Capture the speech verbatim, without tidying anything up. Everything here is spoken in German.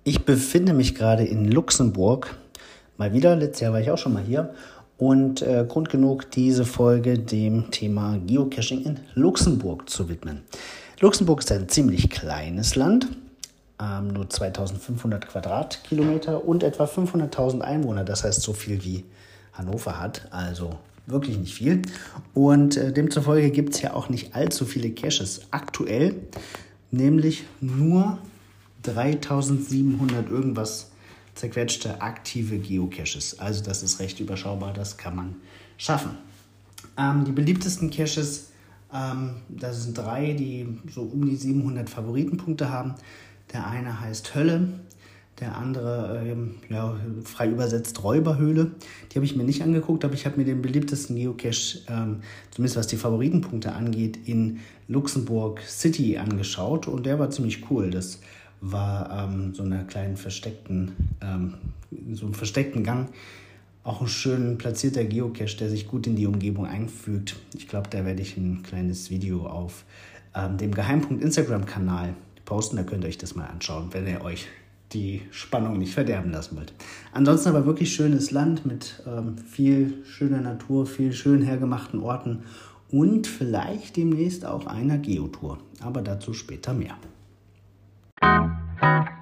Ich befinde mich gerade in Luxemburg. Mal wieder, letztes Jahr war ich auch schon mal hier. Und äh, Grund genug, diese Folge dem Thema Geocaching in Luxemburg zu widmen. Luxemburg ist ein ziemlich kleines Land, ähm, nur zweitausendfünfhundert Quadratkilometer und etwa fünfhunderttausend Einwohner. Das heißt so viel wie Hannover hat, also wirklich nicht viel. Und äh, demzufolge gibt es ja auch nicht allzu viele Caches aktuell, nämlich nur dreitausendsiebenhundert irgendwas zerquetschte aktive Geocaches. Also das ist recht überschaubar, das kann man schaffen. Ähm, die beliebtesten Caches, ähm, das sind drei, die so um die siebenhundert Favoritenpunkte haben. Der eine heißt Hölle, der andere, ähm, ja, frei übersetzt Räuberhöhle. Die habe ich mir nicht angeguckt, aber ich habe mir den beliebtesten Geocache, ähm, zumindest was die Favoritenpunkte angeht, in Luxemburg City angeschaut und der war ziemlich cool. Das war ähm, so einer kleinen versteckten, ähm, so einem versteckten Gang. Auch ein schön platzierter Geocache, der sich gut in die Umgebung einfügt. Ich glaube, da werde ich ein kleines Video auf ähm, dem Geheimpunkt Instagram-Kanal posten. Da könnt ihr euch das mal anschauen, wenn ihr euch die Spannung nicht verderben lassen wollt. Ansonsten aber wirklich schönes Land mit ähm, viel schöner Natur, viel schön hergemachten Orten und vielleicht demnächst auch einer Geotour. Aber dazu später mehr.